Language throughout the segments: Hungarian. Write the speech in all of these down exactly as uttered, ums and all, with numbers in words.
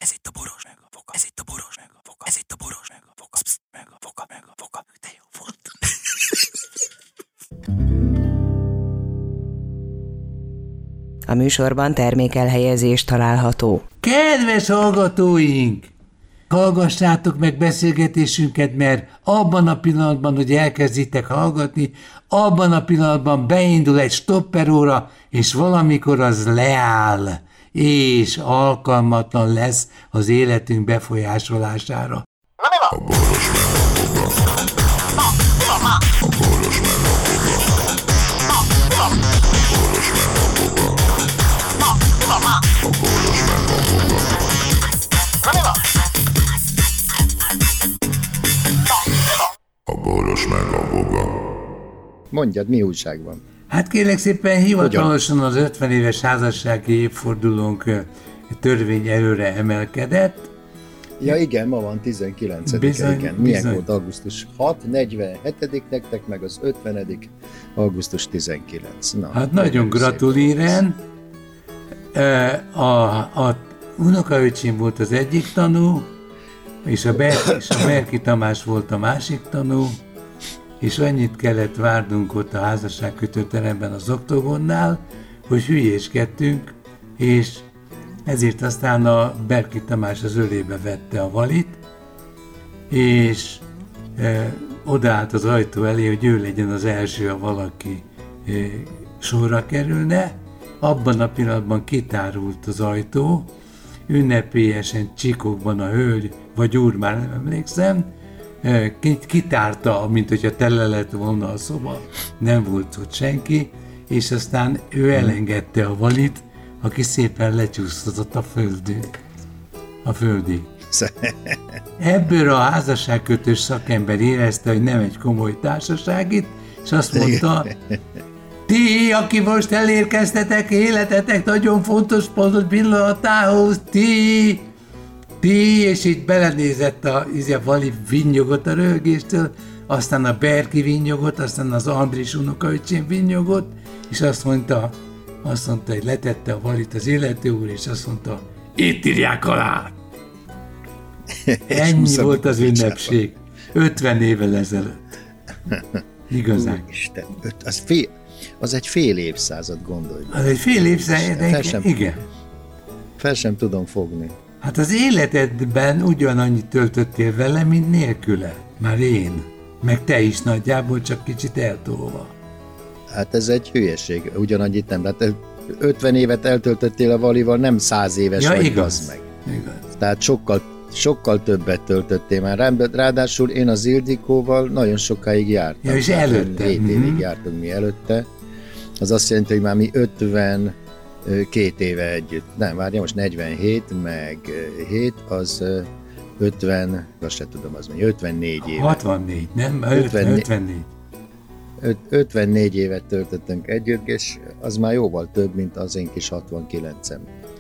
Ez itt a boros meg a foka. Ez itt a boros meg a foka. Ez itt a boros meg a foka. Psz, meg a foka, meg a foka. De jó volt. A műsorban termékelhelyezés található. Kedves hallgatóink! Hallgassátok meg beszélgetésünket, mert abban a pillanatban, hogy elkezditek hallgatni, abban a pillanatban beindul egy stopperóra, és valamikor az leáll, és alkalmatlan lesz az életünk befolyásolására. Na mi van? A boros meg a foga. Na, mi van már? A boros meg a foga. Na, mi van? A boros meg a foga. Na, mi van már? A boros meg a foga. Na mi van? Na, mi van? A boros meg a foga. Mondjad, mi újság van? Hát kérlek szépen, hivatalosan az ötven éves házassági évfordulónk törvény előre emelkedett. Ja igen, ma van tizenkilencedike, Bizony, igen. Milyen bizony. volt augusztus hat, negyvenhetedik nektek, meg az ötvenedik augusztus tizenkilenc. Na, Hát nagyon gratulíren. A, a unokaöcsém volt az egyik tanú, és a, Ber- és a Berki Tamás volt a másik tanú, és annyit kellett várnunk ott a házasságkötőteremben az oktogonnál, hogy hülyéskedtünk, és ezért aztán a Berki Tamás az ölébe vette a valit, és e, odaállt az ajtó elé, hogy ő legyen az első, ha valaki e, sorra kerülne. Abban a pillanatban kitárult az ajtó, ünnepélyesen csikokban a hölgy, vagy úr, már nem emlékszem, e, kitárta, mint hogyha tele lett volna a szoba, nem volt ott senki, és aztán ő elengedte a valit, aki szépen lecsúsztatott a földön, a földig. Ebből a házasságkötős szakember érezte, hogy nem egy komoly társaság itt, és azt mondta, ti, aki most elérkeztetek életetek nagyon fontos pontos pillanatához, ti, ti, és így belenézett a, a Vali vinnyogott a röhögéstől, aztán a Berki vinnyogott, aztán az Andris unokaöcsém vinnyogott, és azt mondta, azt mondta, hogy letette a valit az illető úr, és azt mondta, itt írják alá. Ennyi volt az ünnepség. ötven évvel ezelőtt. Igazán. Isten, öt, az, fél, az egy fél évszázad, gondolj. Az egy fél évszázad, de sem, igen. Fel sem tudom fogni. Hát az életedben ugyanannyit töltöttél vele, mint nélküle. Már én. Meg te is nagyjából, csak kicsit eltolva. Hát ez egy hülyeség, ugyanannyit nem. Hát ötven évet eltöltöttél a Valival, nem száz éves ja, vagy, igaz. meg. Igaz. Tehát sokkal, sokkal többet töltöttél már. Ráadásul én az Ildikóval nagyon sokáig jártam. Ja, és előtte. hét Mm-hmm. évig jártunk mi előtte. Az azt jelenti, hogy már mi ötvenkét éve együtt. Nem, várja, most negyvenhét, meg hét, az ötven, azt se tudom, az mondja, ötvennégy éve. hatvannégy, nem? ötvennégy. ötvennégy. ötvennégy évet töltöttünk együtt, és az már jóval több, mint az én kis hatvankilencem.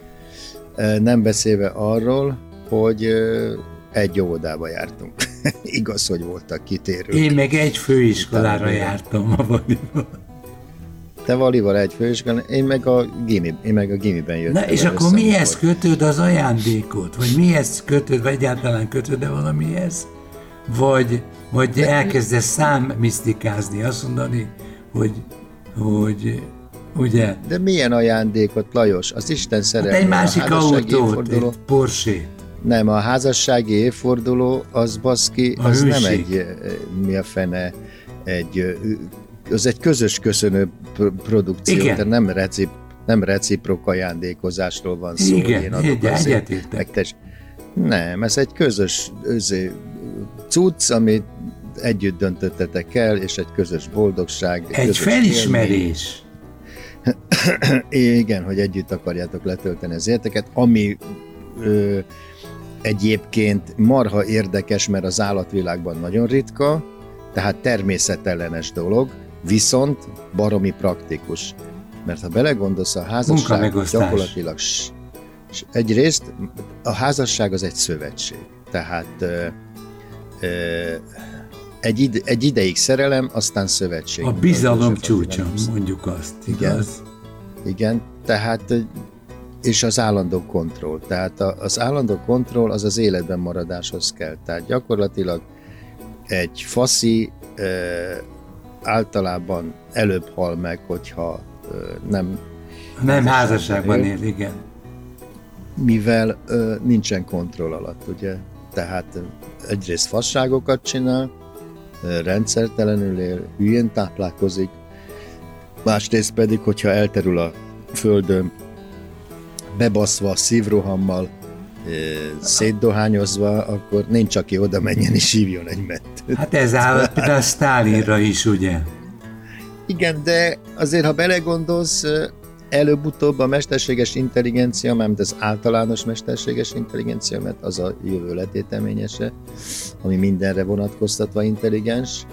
Nem beszélve arról, hogy egy óvodába jártunk. Igaz, hogy voltak kitérők. Én meg egy főiskolára jártam a Valival. Te Valival egy főiskolán, én meg a gimi, én meg a gimiben jöttem. Na és akkor mihez kötöd az ajándékot? Vagy mihez kötöd, vagy egyáltalán kötöd-e valamihez? Vagy, vagy elkezdesz számmisztikázni, azt mondani, hogy, hogy ugye... De milyen ajándékot, Lajos? Az Isten szerelme. Hát egy másik autót, egy Porsche-t. Nem, a házassági évforduló, az baszki, a az hőség. Nem egy, mi a fene, egy, az egy közös köszönő produkció, igen. Tehát nem, recip, nem reciprok ajándékozásról van szó. Igen, én adok egyetértek. Nem, ez egy közös cucc, amit együtt döntöttetek el, és egy közös boldogság. Egy közös felismerés. Élmény. Igen, hogy együtt akarjátok letölteni az életeket, ami ö, egyébként marha érdekes, mert az állatvilágban nagyon ritka, tehát természetellenes dolog, viszont baromi praktikus. Mert ha belegondolsz, a házasság gyakorlatilag egyrészt a házasság az egy szövetség. Tehát ö, ö, egy, ide, egy ideig szerelem, aztán szövetség. A bizalom csúcsa, mondjuk azt, igaz? Igen, igen, tehát és az állandó kontroll. Tehát az állandó kontroll az az életben maradáshoz kell. Tehát gyakorlatilag egy faszi e, általában előbb hal meg, hogyha e, nem... Nem házasságban él, igen. Mivel e, nincsen kontroll alatt, ugye? Tehát egyrészt fasságokat csinál, e, rendszertelenül él, hülyén táplálkozik, másrészt pedig, hogyha elterül a földön, bebaszva, szívrohammal, szétdohányozva, akkor nincs, aki oda menjen és hívjon egy mentőt. Hát ez áll például Sztálinra is, ugye? Igen, de azért, ha belegondolsz, előbb-utóbb a mesterséges intelligencia, mármint az általános mesterséges intelligencia, mert az a jövő letéteményese, ami mindenre vonatkoztatva intelligens,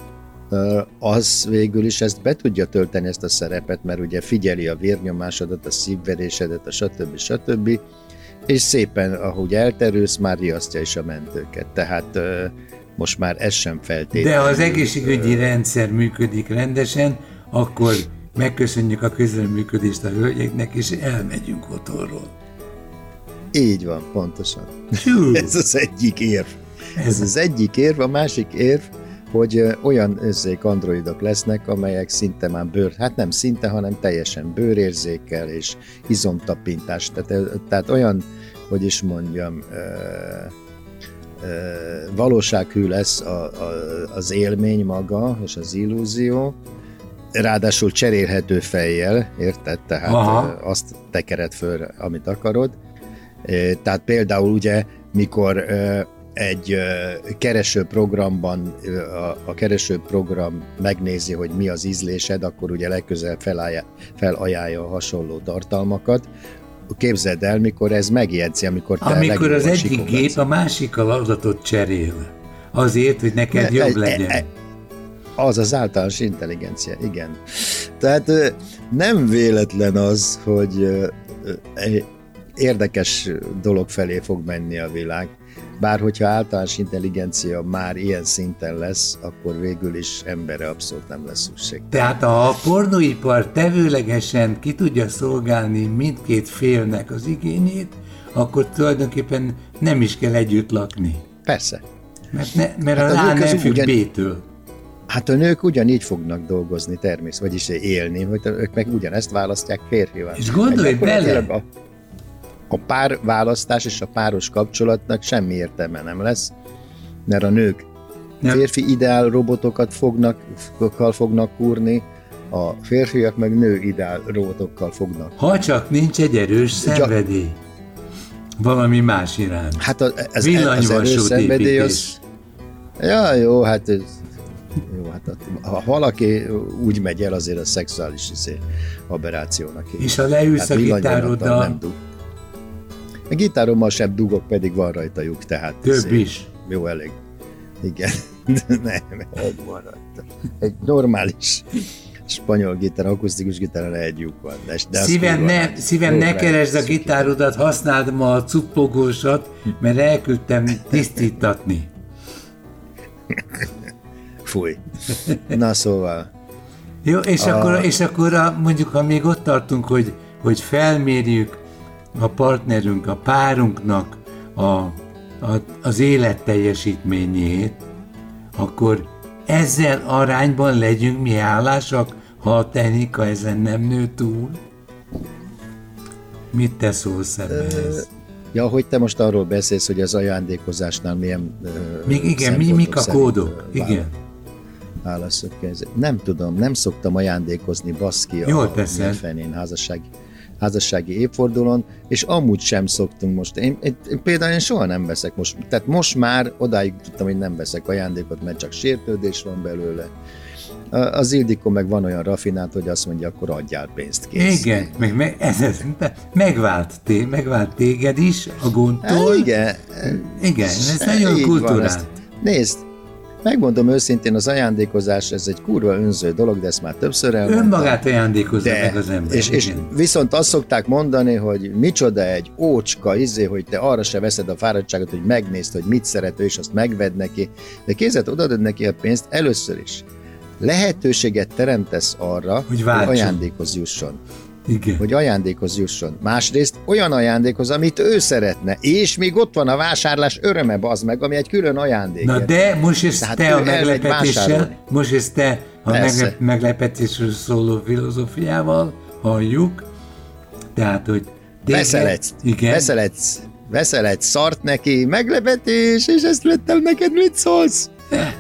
az végül is ezt be tudja tölteni, ezt a szerepet, mert ugye figyeli a vérnyomásodat, a szívverésedet, a stb. stb. És szépen, ahogy elterülsz, már riasztja is a mentőket. Tehát most már ez sem feltétlenül. De ha az egészségügyi rendszer működik rendesen, akkor megköszönjük a közreműködést a hölgyeknek, és elmegyünk otthonról. Így van, pontosan. Hű. Ez az egyik érv. Ez az egyik érv, a másik érv, hogy olyan érzék androidok lesznek, amelyek szinte már bőr, hát nem szinte, hanem teljesen bőrérzékkel és izomtapintás. Tehát, tehát olyan, hogy is mondjam, ö, ö, valósághű lesz a, a, az élmény maga és az illúzió, ráadásul cserélhető fejjel, érted? Tehát Aha. azt tekered föl, amit akarod. Tehát például ugye, mikor egy keresőprogramban a keresőprogram megnézi, hogy mi az ízlésed, akkor ugye legközelebb felajánlja, felajánlja a hasonló tartalmakat. Képzeld el, mikor ez megjegyzi, amikor te amikor az egyik gép a másikkal adatot cserél. Azért, hogy neked jobb legyen. Az az általános intelligencia, igen. Tehát nem véletlen az, hogy érdekes dolog felé fog menni a világ. Bár hogyha általános intelligencia már ilyen szinten lesz, akkor végül is emberre abszolút nem lesz szükség. Tehát ha a pornóipar tevőlegesen ki tudja szolgálni mindkét félnek az igényét, akkor tulajdonképpen nem is kell együtt lakni. Persze. Mert, ne, mert hát a A nem függ ugyan... B-től. Hát a nők ugyanígy fognak dolgozni természetesen, vagyis élni, hogy ők meg ugyanezt választják férfival. És gondolj bele! A, a párválasztás és a páros kapcsolatnak semmi értelme nem lesz, mert a nők nem. férfi ideál robotokat fognak, fognak kúrni, a férfiak meg nő ideál robotokkal fognak. Ha csak nincs egy erős szenvedély, valami más iránt. Hát az, ez, az erős szenvedély az... Ja, jó, hát... Jó, hát ha valaki úgy megy el, azért a szexuális aberrációnak. És ha leülsz hát a gitároddal... Nem dug. A gitárommal sem dugok, pedig van rajta lyuk, tehát... Több szép. Is. Jó, elég. Igen. Nem, egy van rajta. Egy normális spanyol gitár, akusztikus gitáron egy lyuk van. De, de szívem, ne, szívem ne keresd a gitárodat, használd ma a cuppogósat, mert elküldtem tisztítatni. Fúj. Na szóval. Jó, és a... akkor, és akkor a, mondjuk, ha még ott tartunk, hogy, hogy felmérjük a partnerünk, a párunknak a, a, az életteljesítményét, akkor ezzel arányban legyünk mi hálásak, ha a technika ezen nem nő túl? Mit te szólsz ebben? Ja, hogy te most arról beszélsz, hogy az ajándékozásnál milyen még igen, mi, mik a kódok? Igen. Válaszok. Nem tudom, nem szoktam ajándékozni, baszki, a fenén házassági, házassági évfordulón, és amúgy sem szoktunk most. Én, én, én például én soha nem veszek most, tehát most már odáig tudtam, hogy nem veszek ajándékot, mert csak sértődés van belőle. Az Ildikó meg van olyan raffinált, hogy azt mondja, akkor adjál pénzt, kész. Igen, meg, meg, ez, ez, megvált, té, megvált téged is a gondtól. Igen. Igen, ez nagyon kultúrált. Nézd, megmondom őszintén, az ajándékozás, ez egy kurva önző dolog, de ezt már többször elmondtam. Önmagát ajándékozza meg az ember. És, és viszont azt szokták mondani, hogy micsoda egy ócska, izé, hogy te arra se veszed a fáradtságot, hogy megnézd, hogy mit szeret ő, és azt megvedd neki. De kézzel odaadod neki a pénzt először is. Lehetőséget teremtesz arra, hogy, hogy ajándékhoz jusson. Igen. hogy ajándékhoz jusson. Másrészt olyan ajándékhoz, amit ő szeretne, és még ott van a vásárlás öröme, bazd meg, ami egy külön ajándék. Na de most ezt Tehát te a ő elmegy meglepetéssel, vásárolni. most ezt te a Persze. megle- meglepetésről szóló filozófiával halljuk, tehát, hogy téged- Veszel egy, igen, veszel egy, veszel egy szart neki, meglepetés, és ezt vettem neked, mit szólsz?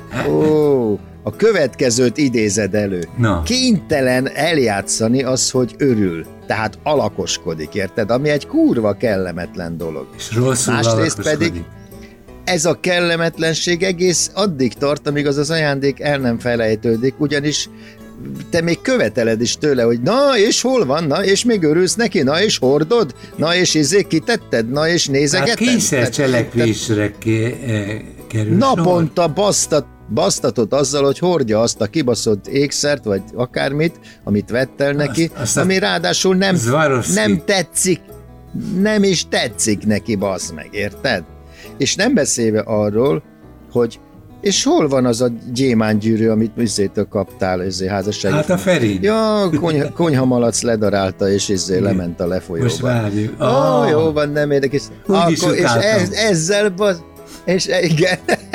Ó, a következőt idézed elő. Na. Kénytelen eljátszani az, hogy örül. Tehát alakoskodik, érted? Ami egy kurva kellemetlen dolog. és rosszul Másrészt alakoskodik. pedig ez a kellemetlenség egész addig tart, amíg az az ajándék el nem felejtődik, ugyanis te még követeled is tőle, hogy na, és hol van, na, és még örülsz neki, na, és hordod, na, és izé kitetted, na, és nézegeted. Hát kényszer cselekvésre ké- eh, kerül Naponta basztat, basztatod azzal, hogy hordja azt a kibaszott ékszert, vagy akármit, amit vettel neki, Azt- azt a- ami ráadásul nem, Swarovski. nem tetszik, nem is tetszik neki, bassz meg, érted? És nem beszélve arról, hogy és hol van az a gyémántgyűrű, amit Izzétől kaptál, ezért házassági... Hát a Ferin. Ja, konyha, konyhamalac ledarálta, és izé lement a lefolyóba. Most várjuk. Ó, oh, jó van, nem érdekes. Úgy is Akkor, és utáltam. ez, ezzel, baz, és igen,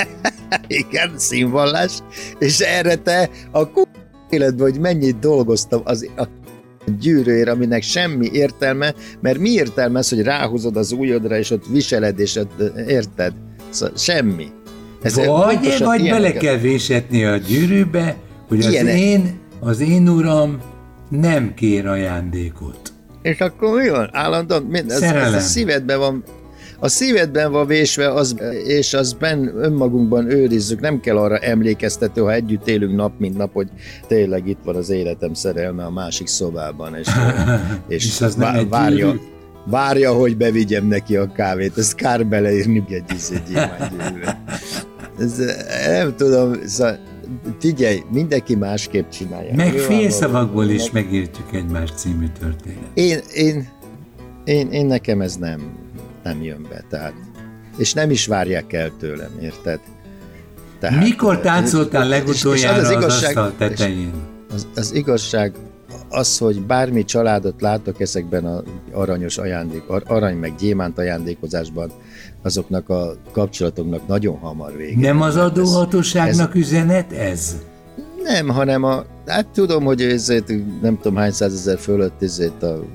igen, színvallás, és erre te a k*** életben, hogy mennyit dolgoztam az a gyűrőért, aminek semmi értelme, mert mi értelme az, hogy ráhúzod az ujjadra, és ott viseled, és ott, érted? Szóval semmi. Ez Vagy, pontosan vagy bele ilyeneket. kell véshetni a gyűrűbe, hogy az Ilyenek. én, az én uram nem kér ajándékot. És akkor mi van? Állandóan, mind, ez, ez Szerelem. a szívedben van, a szívedben van vésve, az, és az benn önmagunkban őrizzük, nem kell arra emlékeztető, ha együtt élünk nap, mint nap, hogy tényleg itt van az életem szerelme a másik szobában, és, és, És az nem egy várja, gyűrű? várja, hogy bevigyem neki a kávét, ezt kár beleírni egy izé gyémántgyűrűbe. Ez, nem tudom, szóval, figyelj, mindenki másképp csinálja. Meg Nyilvánvalóan- félszavakból is megértjük egymás című történet. Én, én, én, én nekem ez nem, nem jön be, tehát. És nem is várják el tőlem, érted? Tehát, Mikor táncoltál és- és legutoljára az az, az igazság- asztal tetején? Az, az igazság az, hogy bármi családot látok ezekben az aranyos ajándék, ar- arany meg gyémánt ajándékozásban, azoknak a kapcsolatoknak nagyon hamar vége. Nem az Tehát ez- adóhatóságnak üzenet ez? Nem, hanem a, hát tudom, hogy ezért nem tudom hány százezer fölött ezért a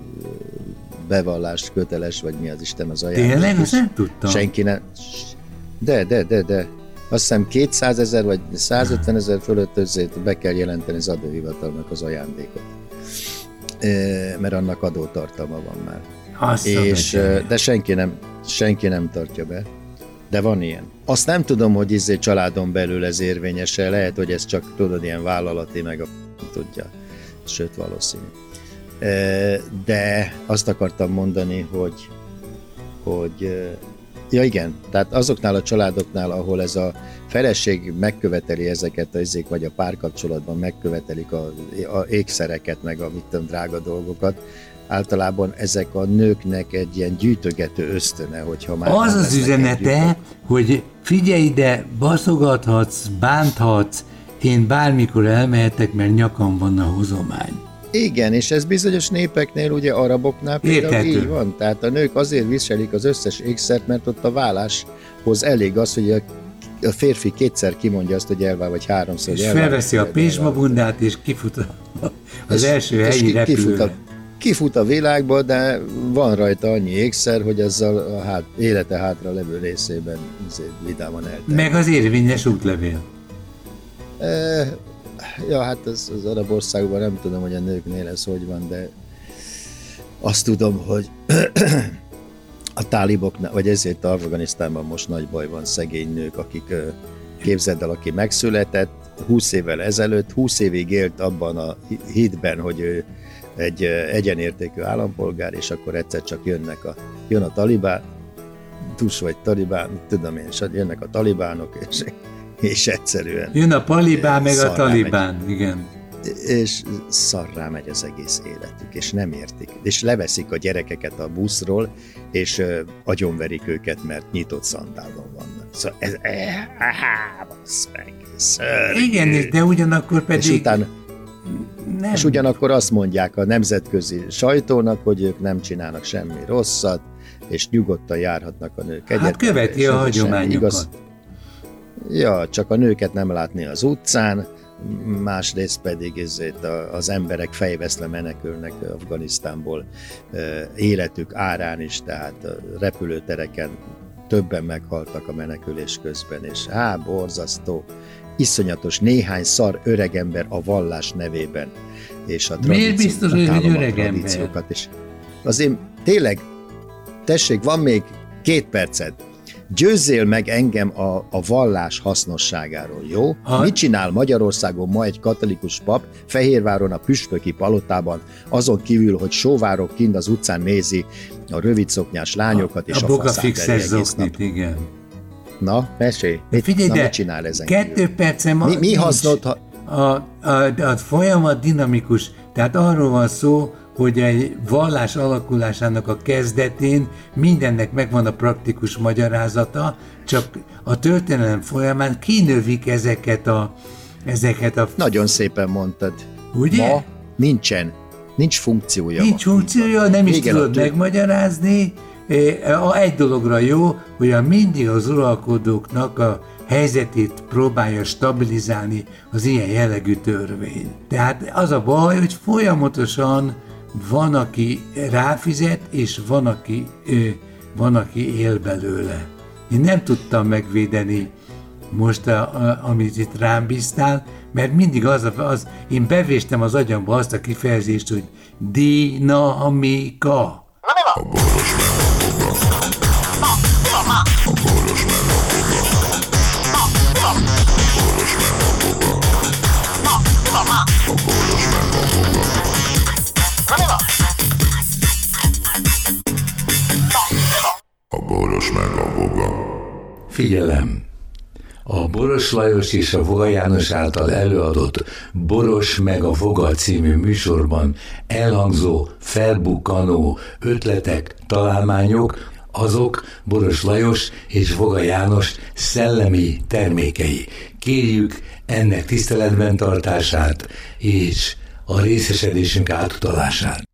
bevallást köteles, vagy mi az Isten az ajándék. Tényleg? Azt nem tudtam. Senki nem. De, de, de, de. Azt hiszem kétszázezer vagy százötvenezer fölött ezért be kell jelenteni az adóhivatalnak az ajándékot. E, mert annak adótartalma van már. Azt És, szabadja. de senki nem, senki nem tartja be. De van ilyen. Azt nem tudom, hogy izé családon belül ez érvényes-e, lehet, hogy ez csak tudod, ilyen vállalati, meg a tudja. Sőt, valószínű. E, De azt akartam mondani, hogy, hogy ja igen, tehát azoknál a családoknál, ahol ez a feleség megköveteli ezeket a izék, vagy a párkapcsolatban megkövetelik a, a ékszereket, meg a mit tudom, drága dolgokat, általában ezek a nőknek egy ilyen gyűjtögető ösztöne, hogyha már... Az nem az lesznek üzenete, együtt. hogy figyelj ide, baszogathatsz, bánthatsz, én bármikor elmehetek, mert nyakam van a hozomány. Igen, és ez bizonyos népeknél, ugye araboknál például Érthető. így van. Tehát a nők azért viselik az összes ékszert, mert ott a válláshoz elég az, hogy a, a férfi kétszer kimondja azt, hogy elvál, vagy háromszor. És hogy elvál, felveszi a vagy pézsmabundát, és kifut a- az És- első és helyi ki- kifut a, repülőre. kifut a világba, de van rajta annyi ékszer, hogy azzal a hát, élete hátra levő részében azért vidáman eltelik. Meg az érvényes útlevél. E, ja, hát az, az arab országban nem tudom, hogy a nőknél ez hogy van, de azt tudom, hogy a táliboknál, vagy ezért Afganisztánban most nagy baj van, szegény nők, akik ö, képzeld el, aki megszületett húsz évvel ezelőtt, húsz évig élt abban a hitben, hogy ő egy ö, egyenértékű állampolgár, és akkor egyszer csak jönnek a, jön a talibán, tus vagy talibán, tudom én, és jönnek a talibánok, és, és egyszerűen Jön a palibán, meg a Szarrá talibán, igen. és szarrá megy az egész életük, és nem értik. És leveszik a gyerekeket a buszról, és ö, agyonverik őket, mert nyitott szandálban vannak. Szóval ez... Áhá, bassz meg, szörnyű. Igen, de ugyanakkor És pedig utána... Nem. És ugyanakkor azt mondják a nemzetközi sajtónak, hogy ők nem csinálnak semmi rosszat, és nyugodtan járhatnak a nők egyet. Hát követi a hagyományokat. Ja, csak a nőket nem látni az utcán, másrészt pedig ezért az emberek fejveszle menekülnek Afganisztánból életük árán is, tehát a repülőtereken többen meghaltak a menekülés közben, és á, borzasztó, iszonyatos, néhány szar öregember a vallás nevében, és a miért biztos, hogy öregember? És azért tényleg, tessék, van még két perced, győzzél meg engem a, a vallás hasznosságáról, jó? Ha? Mit csinál Magyarországon ma egy katolikus pap Fehérváron a püspöki palotában, azon kívül, hogy sóvárok kint az utcán nézi a rövidszoknyás lányokat a, és a, a bogafixes zoknit, igen. Na, mesélj, mit, Figyelj, na, de mit csinál ezen kettő kívül? percen mi, mi hasznot, ha... a, a, a folyamat dinamikus, tehát arról van szó, hogy egy vallás alakulásának a kezdetén mindennek megvan a praktikus magyarázata, csak a történelem folyamán kinövik ezeket a... Ezeket a... Nagyon szépen mondtad. Ugye? Ma nincsen, nincs funkciója. Nincs ma. funkciója, nem is igen, tudod megmagyarázni. Egy dologra jó, hogy a mindig az uralkodóknak a helyzetét próbálja stabilizálni az ilyen jellegű törvény. Tehát az a baj, hogy folyamatosan van, aki ráfizet, és van, aki, van, aki él belőle. Én nem tudtam megvédeni most, a, a, amit itt rám bíztál, mert mindig az, az, én bevéstem az agyamba azt a kifejezést, hogy dinamika. A boros megapodnak. A boros megapodnak. A boros megapodnak. A boros megapodnak. A boros megapodnak. Figyelem! A Boros Lajos és a Voga János által előadott Boros meg a Voga című műsorban elhangzó, felbukkanó ötletek, találmányok, azok Boros Lajos és Voga János szellemi termékei. Kérjük ennek tiszteletben tartását és a részesedésünk átutalását.